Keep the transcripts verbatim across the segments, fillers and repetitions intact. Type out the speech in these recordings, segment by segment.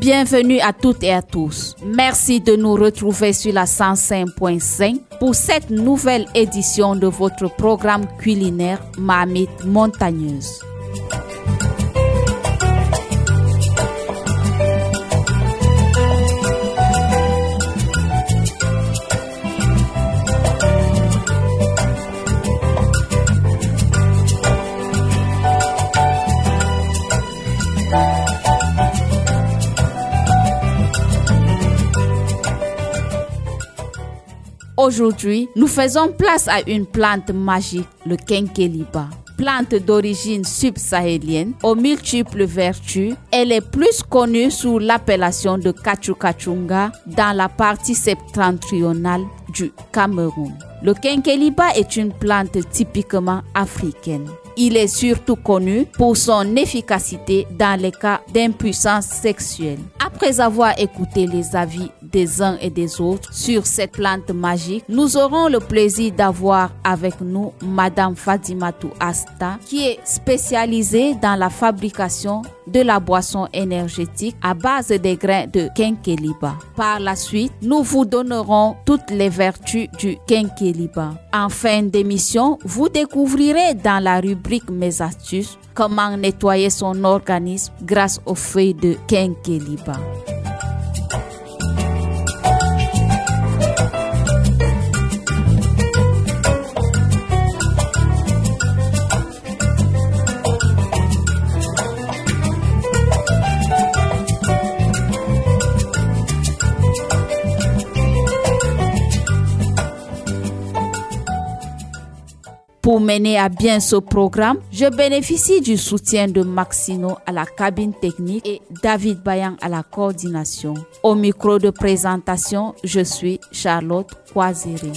Bienvenue à toutes et à tous. Merci de nous retrouver sur la cent cinq point cinq pour cette nouvelle édition de votre programme culinaire Marmite Montagneuse. Aujourd'hui, nous faisons place à une plante magique, le kenkeliba. Plante d'origine subsahélienne, aux multiples vertus, elle est plus connue sous l'appellation de kachukachunga dans la partie septentrionale du Cameroun. Le kenkeliba est une plante typiquement africaine. Il est surtout connu pour son efficacité dans les cas d'impuissance sexuelle. Après avoir écouté les avis des uns et des autres sur cette plante magique, nous aurons le plaisir d'avoir avec nous Madame Fadimatou Asta, qui est spécialisée dans la fabrication de la boisson énergétique à base des grains de kenkeliba. Par la suite, nous vous donnerons toutes les vertus du kenkeliba. En fin d'émission, vous découvrirez dans la rubrique Mes astuces comment nettoyer son organisme grâce aux feuilles de kenkeliba. Pour mener à bien ce programme, je bénéficie du soutien de Maxino à la cabine technique et David Bayan à la coordination. Au micro de présentation, je suis Charlotte Kwaziri.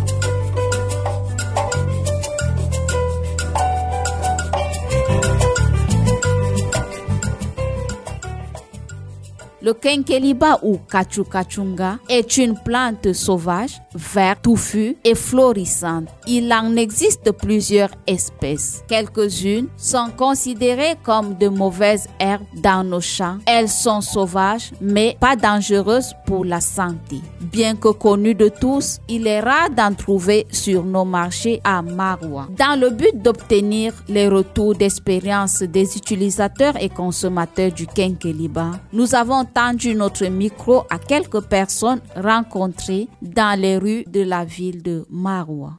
Le kenkeliba ou kachukachunga est une plante sauvage, verte, touffue et florissante. Il en existe plusieurs espèces. Quelques-unes sont considérées comme de mauvaises herbes dans nos champs. Elles sont sauvages mais pas dangereuses pour la santé. Bien que connu de tous, il est rare d'en trouver sur nos marchés à Maroua. Dans le but d'obtenir les retours d'expérience des utilisateurs et consommateurs du kenkeliba, nous avons tendu notre micro à quelques personnes rencontrées dans les rues de la ville de Maroua.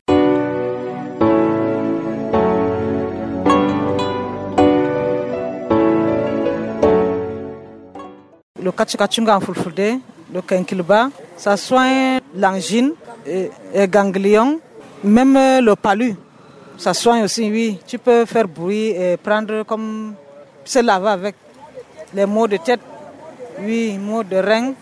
Le kachukachunga en fulfulde, le kenkeliba, ça soigne l'angine et, et ganglion, même le palu. Ça soigne aussi, oui. Tu peux faire bruit et prendre comme se laver avec les maux de tête. Oui, maux de rein,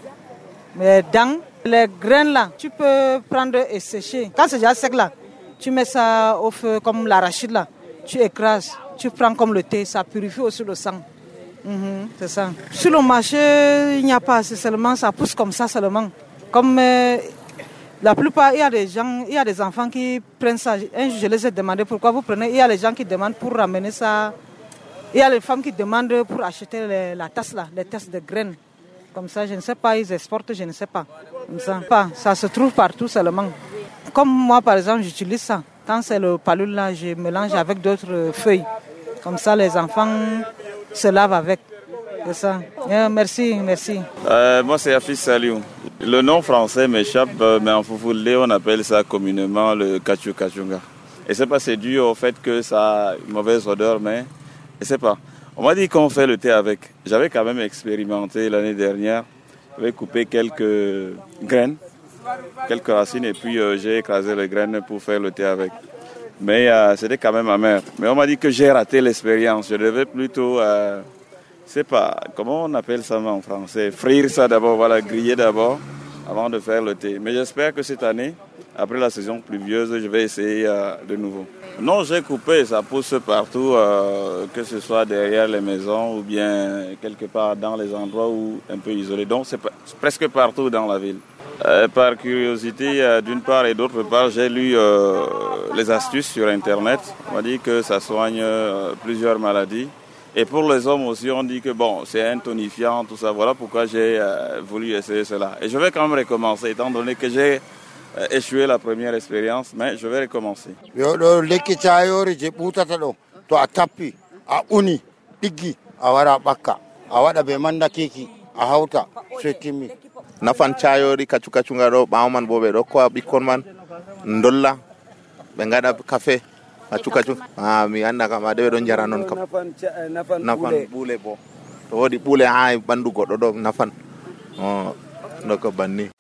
les dents, les graines là, tu peux prendre et sécher. Quand c'est déjà sec là, tu mets ça au feu comme l'arachide là, tu écrases, tu prends comme le thé, ça purifie aussi le sang. Mm-hmm, c'est ça. Sur le marché, il n'y a pas, c'est seulement, ça pousse comme ça seulement. Comme euh, la plupart, il y a des gens, il y a des enfants qui prennent ça. Un jour, je les ai demandé pourquoi vous prenez. Il y a les gens qui demandent pour ramener ça. Il y a les femmes qui demandent pour acheter les, la tasse là, les tasses de graines. Comme ça, je ne sais pas, ils exportent, je ne sais pas. Comme ça. Pas, ça se trouve partout seulement. Comme moi, par exemple, j'utilise ça. Quand c'est le palul là, je mélange avec d'autres feuilles. Comme ça, les enfants se lavent avec. C'est ça. Yeah, merci, merci. Euh, moi, c'est Afis Saliou. Le nom français m'échappe, mais en Foufoulé, on appelle ça communément le kachukachunga. Et c'est pas, c'est dû au fait que ça a une mauvaise odeur, mais je sais pas. On m'a dit qu'on fait le thé avec. J'avais quand même expérimenté l'année dernière. J'avais coupé quelques graines, quelques racines, et puis euh, j'ai écrasé les graines pour faire le thé avec. Mais euh, c'était quand même amer. Mais on m'a dit que j'ai raté l'expérience. Je devais plutôt, euh, je sais pas, comment on appelle ça en français, frire ça d'abord, voilà, griller d'abord, avant de faire le thé. Mais j'espère que cette année, après la saison pluvieuse, je vais essayer euh, de nouveau. Non, j'ai coupé, ça pousse partout, euh, que ce soit derrière les maisons ou bien quelque part dans les endroits où un peu isolés. Donc c'est, c'est presque partout dans la ville. Euh, par curiosité, euh, d'une part et d'autre part, j'ai lu euh, les astuces sur Internet. On m'a dit que ça soigne euh, plusieurs maladies. Et pour les hommes aussi, on dit que bon, c'est un tonifiant, tout ça. Voilà pourquoi j'ai euh, voulu essayer cela. Et je vais quand même recommencer, étant donné que j'ai euh, échoué la première expérience, mais je vais recommencer. Nafan chayori kachu kachunga do bauman bobe do ko bikon man ndolla be ngada café kachu kachu ah mi anda kama de do jara non kam nafan bule bo to wodi bule ay bandu goddo do nafan oh ndoko banni.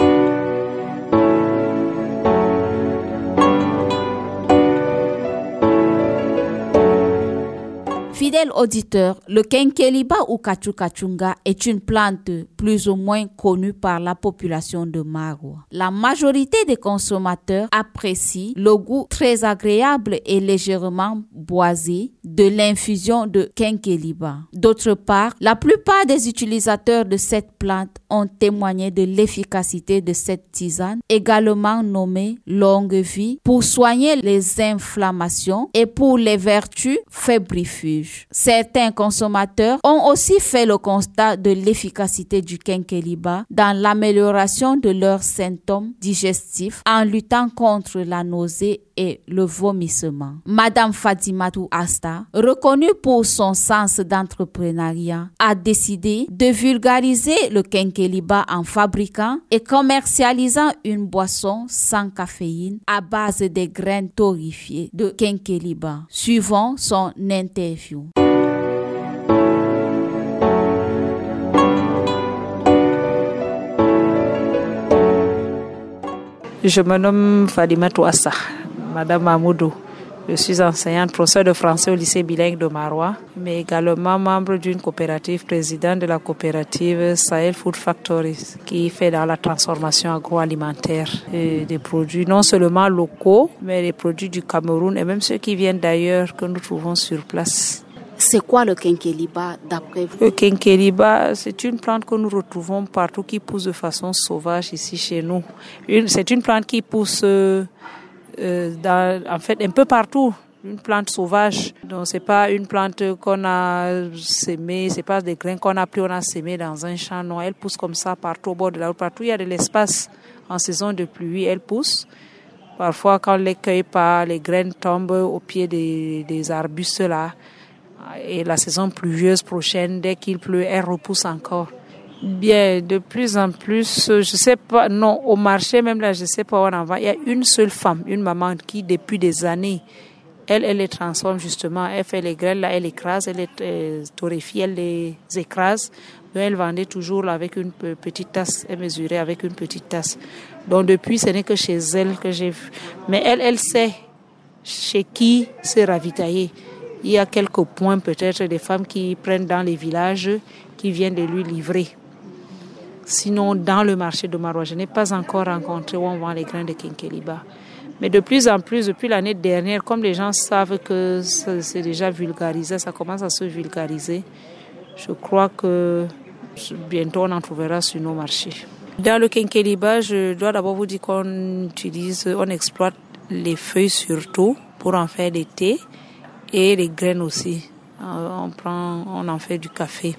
Fidèles auditeurs, le kenkeliba ou kachukachunga est une plante plus ou moins connue par la population de Maroua. La majorité des consommateurs apprécient le goût très agréable et légèrement boisé de l'infusion de kenkeliba. D'autre part, la plupart des utilisateurs de cette plante ont témoigné de l'efficacité de cette tisane, également nommée longue vie, pour soigner les inflammations et pour les vertus fébrifuges. Certains consommateurs ont aussi fait le constat de l'efficacité du kenkeliba dans l'amélioration de leurs symptômes digestifs en luttant contre la nausée et le vomissement. Madame Fadimatou Asta, reconnue pour son sens d'entrepreneuriat, a décidé de vulgariser le kenkeliba en fabriquant et commercialisant une boisson sans caféine à base des graines torréfiées de kenkeliba. Suivons son interview. Je me nomme Fadimatou Assa, Madame Mahmoudou. Je suis enseignante, professeure de français au lycée bilingue de Maroua, mais également membre d'une coopérative, présidente de la coopérative Sahel Food Factories, qui fait dans la transformation agroalimentaire et des produits non seulement locaux, mais les produits du Cameroun et même ceux qui viennent d'ailleurs que nous trouvons sur place. C'est quoi le kenkeliba d'après vous? Le kenkeliba, c'est une plante que nous retrouvons partout, qui pousse de façon sauvage ici chez nous. Une, c'est une plante qui pousse euh, dans, en fait un peu partout, une plante sauvage. Donc c'est pas une plante qu'on a sémée, c'est pas des graines qu'on a pris, on a sémé dans un champ. Non, elle pousse comme ça partout au bord de la route, partout il y a de l'espace. En saison de pluie, elle pousse. Parfois, quand on les cueille pas, les graines tombent au pied des, des arbustes là. Et la saison pluvieuse prochaine, dès qu'il pleut, elle repousse encore. Bien, de plus en plus, je sais pas, non, au marché même là, je sais pas où on en va. Il y a une seule femme, une maman qui depuis des années, elle, elle les transforme justement. Elle fait les graines là, elle écrase, elle les euh, torréfie, elle les écrase. Donc elle vendait toujours là, avec une petite tasse, elle mesurait avec une petite tasse. Donc depuis, ce n'est que chez elle que j'ai vu. Mais elle, elle sait chez qui se ravitailler. Il y a quelques points peut-être des femmes qui prennent dans les villages, qui viennent de lui livrer. Sinon, dans le marché de Maroua, je n'ai pas encore rencontré où on vend les grains de kenkeliba. Mais de plus en plus, depuis l'année dernière, comme les gens savent que c'est déjà vulgarisé, ça commence à se vulgariser, je crois que bientôt on en trouvera sur nos marchés. Dans le kenkeliba, je dois d'abord vous dire qu'on utilise, on exploite les feuilles surtout pour en faire des thés. Et les graines aussi. On prend, on en fait du café.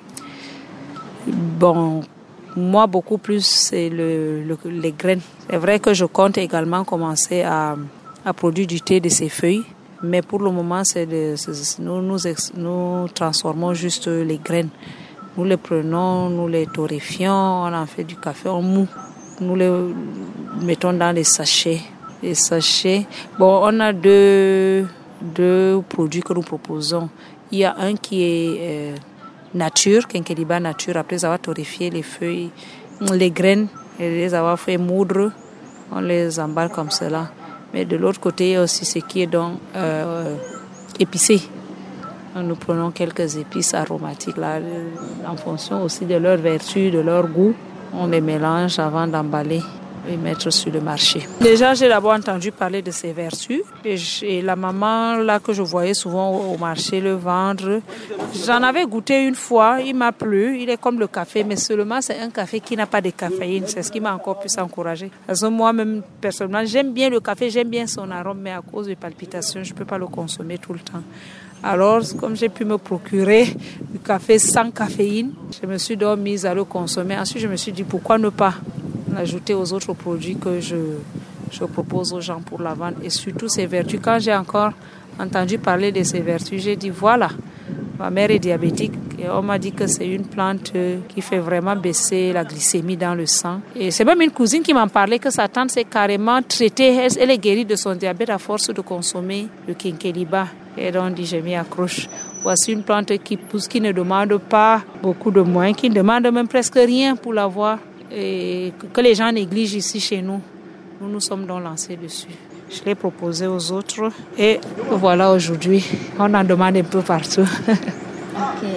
Bon, moi beaucoup plus c'est le, le les graines. C'est vrai que je compte également commencer à à produire du thé de ces feuilles, mais pour le moment c'est, de, c'est nous nous nous transformons juste les graines. Nous les prenons, nous les torréfions, on en fait du café en mou. Nous les mettons dans des sachets, des sachets. Bon, on a deux deux produits que nous proposons. Il y a un qui est euh, nature, kenkeliba nature, après avoir torréfié les feuilles, les graines, et les avoir fait moudre, on les emballe comme cela. Mais de l'autre côté, il y a aussi ce qui est donc euh, épicé. Nous prenons quelques épices aromatiques là, en fonction aussi de leur vertu, de leur goût. On les mélange avant d'emballer et mettre sur le marché. Déjà, j'ai d'abord entendu parler de ses vertus. Et, et la maman là que je voyais souvent au, au marché le vendre, j'en avais goûté une fois, il m'a plu. Il est comme le café, mais seulement c'est un café qui n'a pas de caféine. C'est ce qui m'a encore plus encouragée. Parce que moi-même, personnellement, j'aime bien le café, j'aime bien son arôme, mais à cause des palpitations, je ne peux pas le consommer tout le temps. Alors, comme j'ai pu me procurer du café sans caféine, je me suis donc mise à le consommer. Ensuite, je me suis dit pourquoi ne pas l'ajouter aux autres produits que je, je propose aux gens pour la vente et surtout ses vertus. Quand j'ai encore entendu parler de ses vertus, j'ai dit voilà, ma mère est diabétique et on m'a dit que c'est une plante qui fait vraiment baisser la glycémie dans le sang. Et c'est même une cousine qui m'en parlait que sa tante s'est carrément traitée, elle est guérie de son diabète à force de consommer le quinqueliba. Et donc, dit, j'ai mis accroche. Voici une plante qui pousse, qui ne demande pas beaucoup de moyens, qui ne demande même presque rien pour l'avoir et que les gens négligent ici chez nous. Nous nous sommes donc lancés dessus. Je l'ai proposé aux autres et voilà aujourd'hui, on en demande un peu partout. Ok.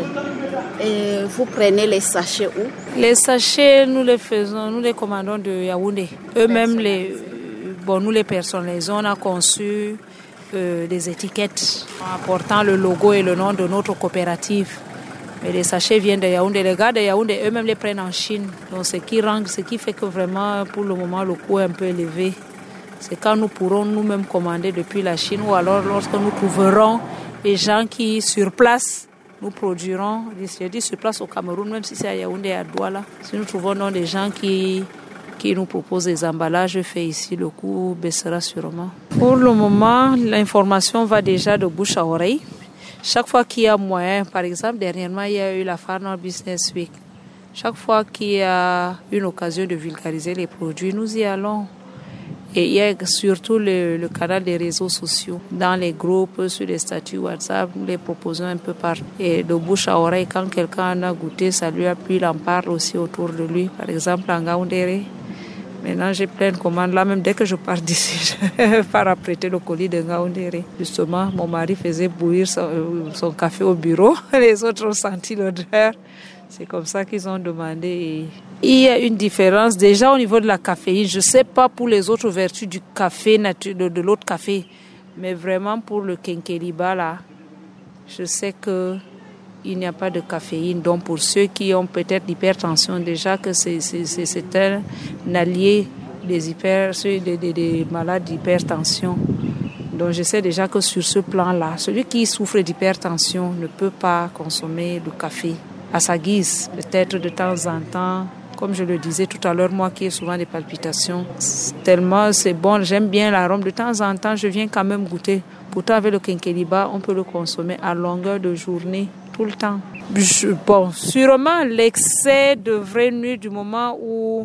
Et vous prenez les sachets où? Les sachets, nous les faisons, nous les commandons de Yaoundé. Eux-mêmes, les, bon, nous les personnalisons, on a conçu euh, des étiquettes en portant le logo et le nom de notre coopérative. Mais les sachets viennent de Yaoundé. Les gars de Yaoundé, eux-mêmes les prennent en Chine. Donc ce qui rend, ce qui fait que vraiment, pour le moment, le coût est un peu élevé. C'est quand nous pourrons nous-mêmes commander depuis la Chine ou alors lorsque nous trouverons les gens qui, sur place, nous produirons. Je dis sur place au Cameroun, même si c'est à Yaoundé et à Douala. Si nous trouvons donc des gens qui, qui nous proposent des emballages faits ici, le coût baissera sûrement. Pour le moment, l'information va déjà de bouche à oreille. Chaque fois qu'il y a moyen, par exemple, dernièrement, il y a eu la Far North Business Week. Chaque fois qu'il y a une occasion de vulgariser les produits, nous y allons. Et il y a surtout le, le canal des réseaux sociaux. Dans les groupes, sur les statuts WhatsApp, nous les proposons un peu partout. Et de bouche à oreille, quand quelqu'un en a goûté, ça lui a plu, il en parle aussi autour de lui. Par exemple, en Ngaoundéré. Maintenant, j'ai plein de commandes. Là, même dès que je pars d'ici, je pars apprêter le colis de Ngaoundéré. Justement, mon mari faisait bouillir son, son café au bureau. Les autres ont senti l'odeur. C'est comme ça qu'ils ont demandé. Et il y a une différence déjà au niveau de la caféine. Je ne sais pas pour les autres vertus du café, de, de l'autre café, mais vraiment pour le quinqueliba, là, je sais qu'il n'y a pas de caféine. Donc pour ceux qui ont peut-être l'hypertension, déjà que c'est, c'est, c'est, c'est un allié des, hyper, des, des, des malades d'hypertension. Donc je sais déjà que sur ce plan-là, celui qui souffre d'hypertension ne peut pas consommer le café à sa guise, peut-être de temps en temps. Comme je le disais tout à l'heure, moi qui ai souvent des palpitations, tellement c'est bon, j'aime bien l'arôme. De temps en temps, je viens quand même goûter. Pourtant, avec le quinqueliba, on peut le consommer à longueur de journée, tout le temps. Je, bon, sûrement, l'excès devrait nuire du moment où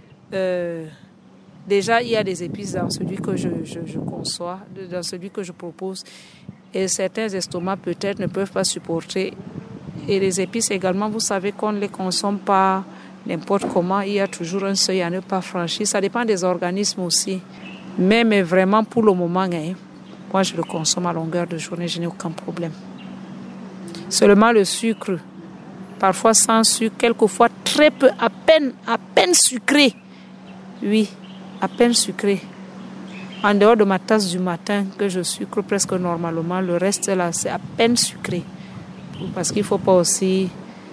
euh, déjà il y a des épices dans celui que je, je, je conçois, dans celui que je propose. Et certains estomacs peut-être ne peuvent pas supporter. Et les épices également, vous savez qu'on ne les consomme pas n'importe comment. Il y a toujours un seuil à ne pas franchir. Ça dépend des organismes aussi. Mais, mais vraiment, pour le moment, hein, moi, je le consomme à longueur de journée. Je n'ai aucun problème. Seulement le sucre. Parfois sans sucre, quelquefois très peu, à peine, à peine sucré. Oui, à peine sucré. En dehors de ma tasse du matin, que je sucre presque normalement, le reste, là, c'est à peine sucré. Parce qu'il ne faut pas aussi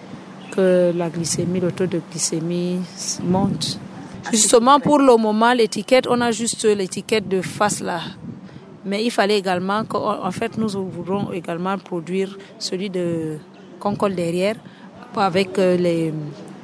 que la glycémie, le taux de glycémie monte. Justement, pour le moment, l'étiquette, on a juste l'étiquette de face là. Mais il fallait également, qu'en fait, nous voudrons également produire celui de qu'on colle derrière avec les,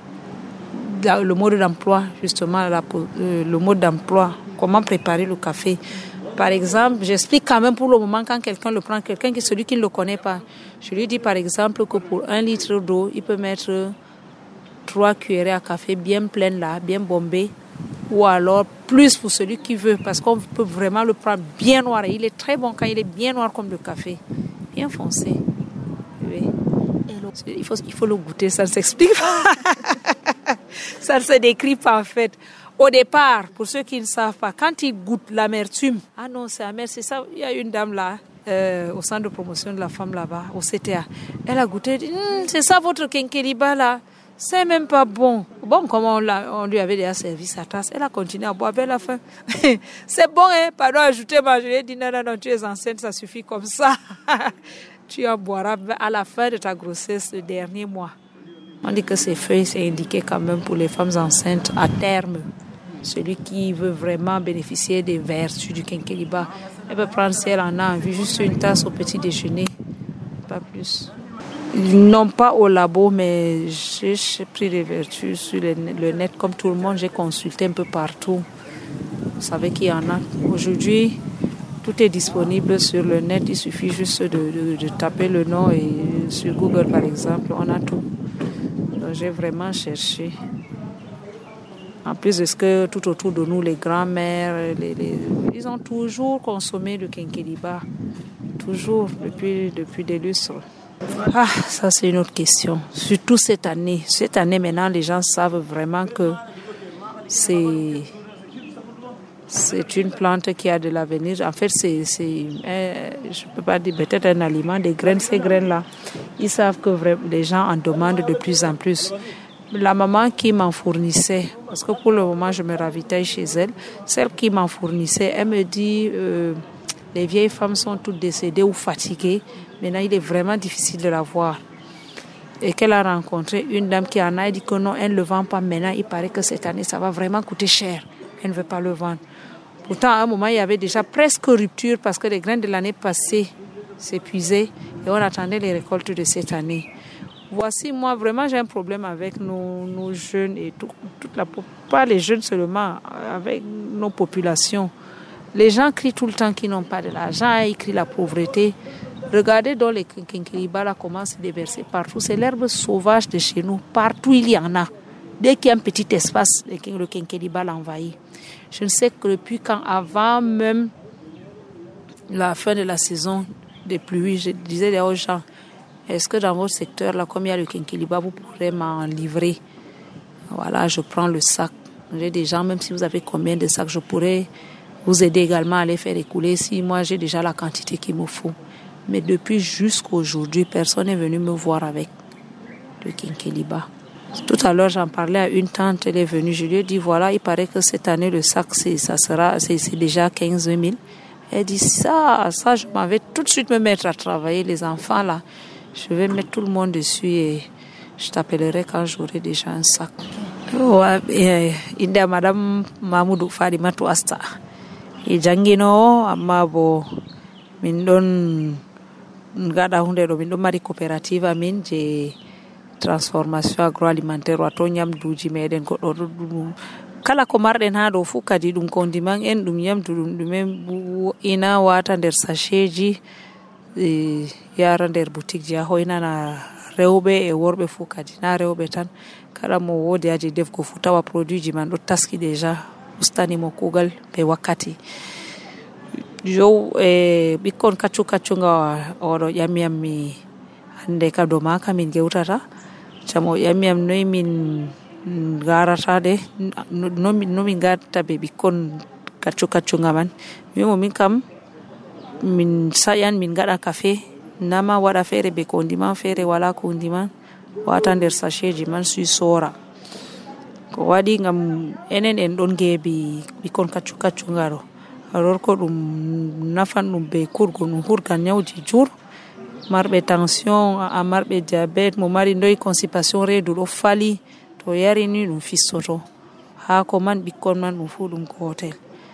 le mode d'emploi, justement, la, le mode d'emploi, comment préparer le café. Par exemple, j'explique quand même pour le moment quand quelqu'un le prend, quelqu'un qui est celui qui ne le connaît pas. Je lui dis par exemple que pour un litre d'eau, il peut mettre trois cuillerées à café bien pleines là, bien bombées, ou alors plus pour celui qui veut, parce qu'on peut vraiment le prendre bien noir. Et il est très bon quand il est bien noir comme le café, bien foncé. Oui. Il faut, il faut le goûter, ça ne s'explique pas. Ça ne se décrit pas en fait. Au départ, pour ceux qui ne savent pas, quand ils goûtent l'amertume, ah non, c'est amer, c'est ça. Il y a une dame là, euh, au centre de promotion de la femme là-bas, au C T A. Elle a goûté, dit, hm, c'est ça votre quinqueliba là, c'est même pas bon. Bon, comme on, l'a, on lui avait déjà servi sa tasse, elle a continué à boire vers la fin. C'est bon, hein, pardon, ajoutez-moi. Je lui ai dit, non, non, non, tu es enceinte, ça suffit comme ça. Tu en boiras à la fin de ta grossesse, le dernier mois. On dit que ces feuilles, c'est indiqué quand même pour les femmes enceintes à terme. Celui qui veut vraiment bénéficier des vertus du quinqueliba, elle peut prendre, si elle en a envie, juste une tasse au petit déjeuner pas plus. Non pas au labo, mais j'ai pris des vertus sur le, le net. Comme tout le monde, j'ai consulté un peu partout. Vous savez qu'il y en a. Aujourd'hui, tout est disponible sur le net. Il suffit juste de, de, de taper le nom et sur Google, par exemple, on a tout. Donc, j'ai vraiment cherché. En plus de ce que tout autour de nous, les grands-mères, les, les, ils ont toujours consommé le kenkeliba. Toujours, depuis, depuis des lustres. Ah, ça c'est une autre question. Surtout cette année. Cette année, maintenant, les gens savent vraiment que c'est, c'est une plante qui a de l'avenir. En fait, c'est, c'est euh, je ne peux pas dire peut-être un aliment, des graines, ces graines-là. Ils savent que vraiment, les gens en demandent de plus en plus. La maman qui m'en fournissait, parce que pour le moment, je me ravitaille chez elle, celle qui m'en fournissait, elle me dit... Euh, les vieilles femmes sont toutes décédées ou fatiguées. Maintenant, il est vraiment difficile de la voir. Et qu'elle a rencontré une dame qui en a dit que non, elle ne le vend pas maintenant. Il paraît que cette année, ça va vraiment coûter cher. Elle ne veut pas le vendre. Pourtant, à un moment, il y avait déjà presque rupture parce que les graines de l'année passée s'épuisaient et on attendait les récoltes de cette année. Voici, moi, vraiment, j'ai un problème avec nos, nos jeunes et tout, toute la, pas les jeunes seulement, avec nos populations. Les gens crient tout le temps qu'ils n'ont pas de l'argent, ils crient la pauvreté. Regardez donc les kenkeliba là comment se déverser partout. C'est l'herbe sauvage de chez nous. Partout il y en a. Dès qu'il y a un petit espace, le kenkeliba l'envahit. Je ne sais que depuis quand, avant même la fin de la saison des pluies, je disais aux gens, est-ce que dans votre secteur là, comme il y a le kenkeliba, vous pourrez m'en livrer? Voilà, je prends le sac. J'ai des gens, même si vous avez combien de sacs, je pourrais vous aider également à les faire écouler si moi j'ai déjà la quantité qu'il me faut. Mais depuis jusqu'à aujourd'hui, personne n'est venu me voir avec le kenkeliba. Tout à l'heure, j'en parlais à une tante, elle est venue, je lui ai dit voilà, il paraît que cette année le sac c'est, ça sera, c'est, c'est déjà quinze mille. Elle dit ça, ça, je m'en vais tout de suite me mettre à travailler, les enfants là. Je vais mettre tout le monde dessus et je t'appellerai quand j'aurai déjà un sac. Ouais, Inda Madame Mahmoudou Fadimatu Asta. E jangino amma bo min don ngada hunde do min do mari coopérative amin je transformation agroalimentaire wato nyamduji meden ko do kala ko marden ha do fu kadi dum condiment en dum nyamdu dum dum ina wata der sachetji e yara der boutique ji hoyna na rewbe e worbe fu kadi na rewbe tan kala mo wodi aje def ko fu tawa produit ji man do taski déjà ustani mo kugal be wakati yo e bikon kachu kachu nga oro yamiam mi hande ka do maka min gewtata chamo yamiam noy min garata de no min no min garata be bikon kachu kachu nga man mi mo min kam min sayan min gada cafe nama wada fere be condiment fere wala condiment wata der sachet man su sora ko wadi ngam enen en don gebi bikon kachu kachu ngaro alors ko dum nafan dum be kurgo no hurgan nyawji jur marbe tension a marbe diabete mo mari ndoy constipation redu do fali to yari ni dum fissoto ha ko man bikon man dum fu dum ko hotel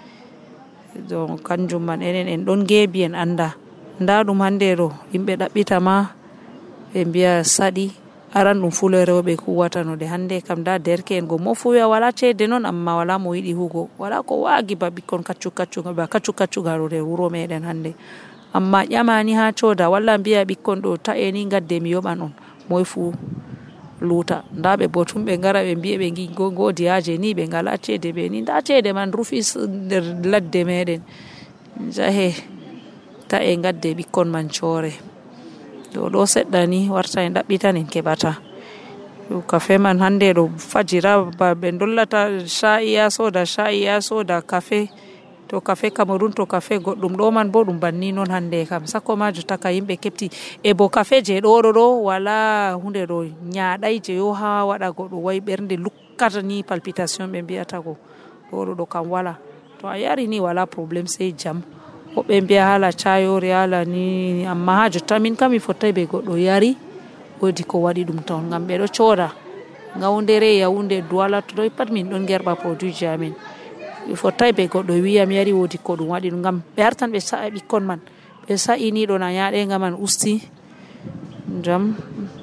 donc kanjum man enen en don gebi en anda nda dum hande ro yimbe dabbita ma be biya sadi aran dum fulo rewbe ku watano de hande kam da derke en go mo fu ya wala cede non amma wala mo yidi hugo wala ko wagi ba bikon kaccu kaccu ba kaccu kaccu garo de wuro meden hande amma yamani ha coda walla biya bikon do ta eni gadde mi yoban on moy fu luta nda be botum be ngara be biye be ngi go godi aje ni be ngala cede be ni da cede man rufis der ladde meden jahe ta e gadde bikon man core do do seddani warta en dabbita en kebata do cafe man hande do fajira ba be dollata sha'iya soda sha'iya soda cafe to cafe Cameroon to cafe goddum do man bo dum banni non hande kam sako ma jutta ka yimbe kepti e bo cafe je do do wala hunde do nyaadai je yo ha wada goddo way bernde lukkata ni palpitation be biata go do do kam wala to ayari ni wala problem sai jam ko be biya hala chayo reala ni amma ha jotta min kam mi fotai be goddo yari wodi ko wadi dum ton ngam be do choda ngawndere yawnde duwala to do pat min don gerba produit jamin il fotai be goddo wiya mi yari wodi ko dum wadi ngam be hartan be sa'a bikkon man be sa'i ni do na yaade ngam man usti Jam,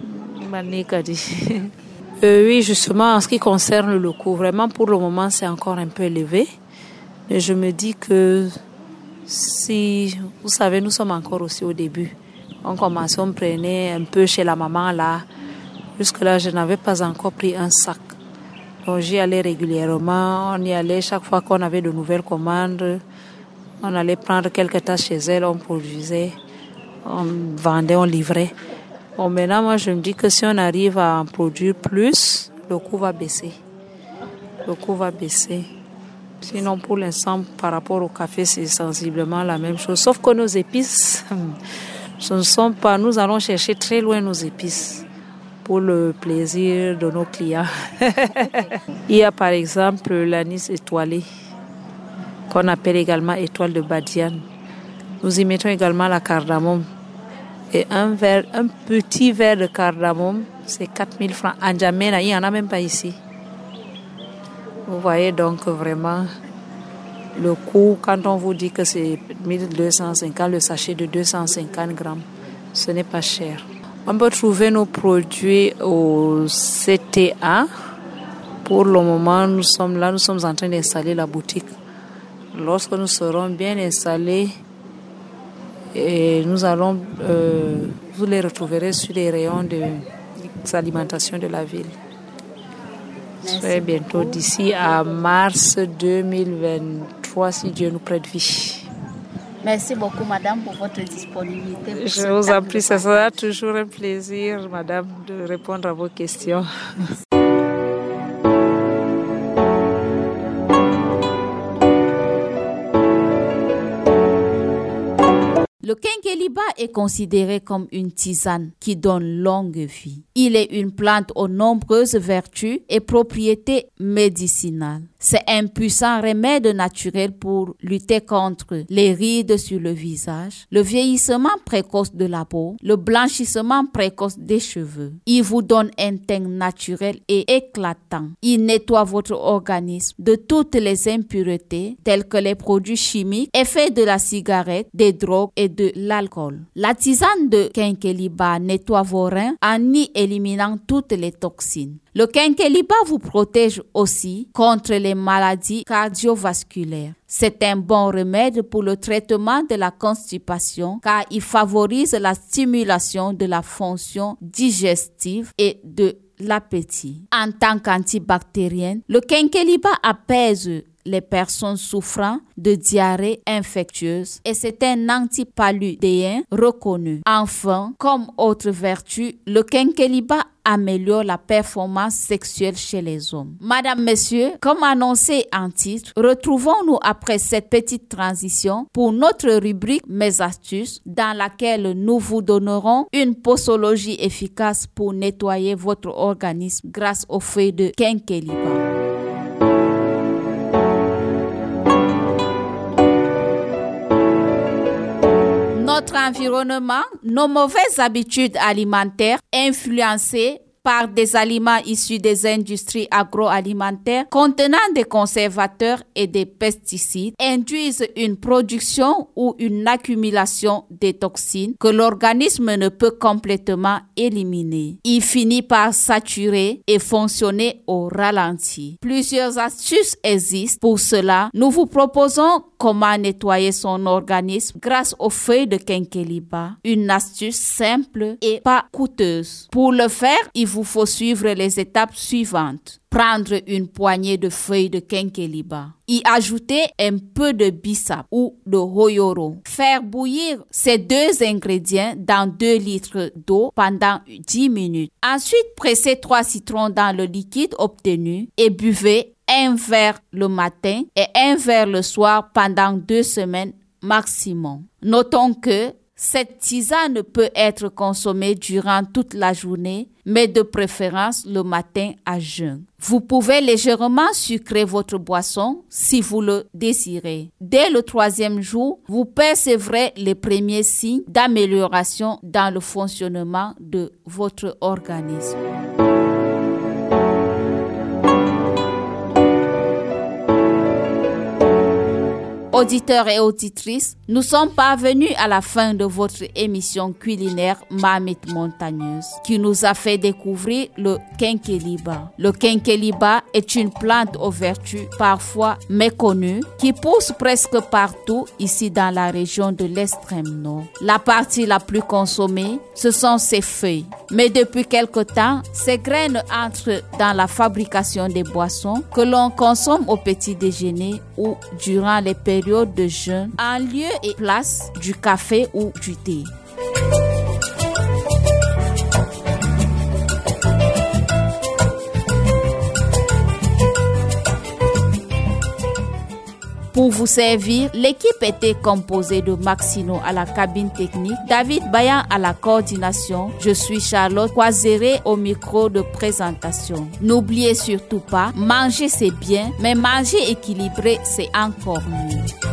euh, oui, justement, en ce qui concerne le coût, vraiment pour le moment, c'est encore un peu élevé. Mais je me dis que si, vous savez, nous sommes encore aussi au début. On commençait, on prenait un peu chez la maman là. Jusque-là, je n'avais pas encore pris un sac. Donc j'y allais régulièrement. On y allait chaque fois qu'on avait de nouvelles commandes. On allait prendre quelques tâches chez elle, on produisait, on vendait, on livrait. Bon, maintenant, moi, je me dis que si on arrive à en produire plus, le coût va baisser. Le coût va baisser. Sinon, pour l'instant, par rapport au café, c'est sensiblement la même chose. Sauf que nos épices, ce ne sont pas... Nous allons chercher très loin nos épices pour le plaisir de nos clients. Il y a par exemple l'anis étoilé, qu'on appelle également étoile de Badiane. Nous y mettons également la cardamome. Et un verre, un petit verre de cardamome, c'est quatre mille francs. En Djamena, il n'y en a même pas ici. Vous voyez donc vraiment le coût, quand on vous dit que c'est mille deux cent cinquante, le sachet de deux cent cinquante grammes, ce n'est pas cher. On peut trouver nos produits au C T A. Pour le moment, nous sommes là, nous sommes en train d'installer la boutique. Lorsque nous serons bien installés, et nous allons, euh, vous les retrouverez sur les rayons de l'alimentation de la ville. Très bientôt, d'ici à mars deux mille vingt-trois, si Dieu nous prête vie. Merci beaucoup, madame, pour votre disponibilité. Je vous en prie, ça sera toujours un plaisir, madame, de répondre à vos questions. Le quinqueliba est considéré comme une tisane qui donne longue vie. Il est une plante aux nombreuses vertus et propriétés médicinales. C'est un puissant remède naturel pour lutter contre les rides sur le visage, le vieillissement précoce de la peau, le blanchissement précoce des cheveux. Il vous donne un teint naturel et éclatant. Il nettoie votre organisme de toutes les impuretés telles que les produits chimiques, effets de la cigarette, des drogues et de l'alcool. La tisane de quinqueliba nettoie vos reins en y éliminant toutes les toxines. Le quinqueliba vous protège aussi contre les maladies cardiovasculaires. C'est un bon remède pour le traitement de la constipation car il favorise la stimulation de la fonction digestive et de l'appétit. En tant qu'antibactérien, le quinqueliba apaise les personnes souffrant de diarrhée infectieuse et c'est un antipaludéen reconnu. Enfin, comme autre vertu, le quinqueliba améliore la performance sexuelle chez les hommes. Madame, Messieurs, comme annoncé en titre, retrouvons-nous après cette petite transition pour notre rubrique Mes astuces dans laquelle nous vous donnerons une posologie efficace pour nettoyer votre organisme grâce aux feuilles de quinqueliba. Notre environnement, nos mauvaises habitudes alimentaires influencées par des aliments issus des industries agroalimentaires contenant des conservateurs et des pesticides induisent une production ou une accumulation des toxines que l'organisme ne peut complètement éliminer. Il finit par saturer et fonctionner au ralenti. Plusieurs astuces existent pour cela. Nous vous proposons comment nettoyer son organisme grâce aux feuilles de quinqueliba. Une astuce simple et pas coûteuse. Pour le faire, il vous faut suivre les étapes suivantes. Prendre une poignée de feuilles de quinqueliba. Y ajouter un peu de bissap ou de hoyoro. Faire bouillir ces deux ingrédients dans deux litres d'eau pendant dix minutes. Ensuite, pressez trois citrons dans le liquide obtenu et buvez un verre le matin et un verre le soir pendant deux semaines maximum. Notons que cette tisane peut être consommée durant toute la journée, mais de préférence le matin à jeun. Vous pouvez légèrement sucrer votre boisson si vous le désirez. Dès le troisième jour, vous percevrez les premiers signes d'amélioration dans le fonctionnement de votre organisme. Auditeurs et auditrices, nous sommes parvenus à la fin de votre émission culinaire Marmite montagneuse qui nous a fait découvrir le quinqueliba. Le quinqueliba est une plante aux vertus parfois méconnues qui pousse presque partout ici dans la région de l'extrême nord. La partie la plus consommée, ce sont ses feuilles. Mais depuis quelque temps, ces graines entrent dans la fabrication des boissons que l'on consomme au petit déjeuner ou durant les périodes de jeûne en lieu et place du café ou du thé. Pour vous servir, l'équipe était composée de Maxino à la cabine technique, David Bayan à la coordination. Je suis Charlotte Coiséré au micro de présentation. N'oubliez surtout pas, manger c'est bien, mais manger équilibré c'est encore mieux.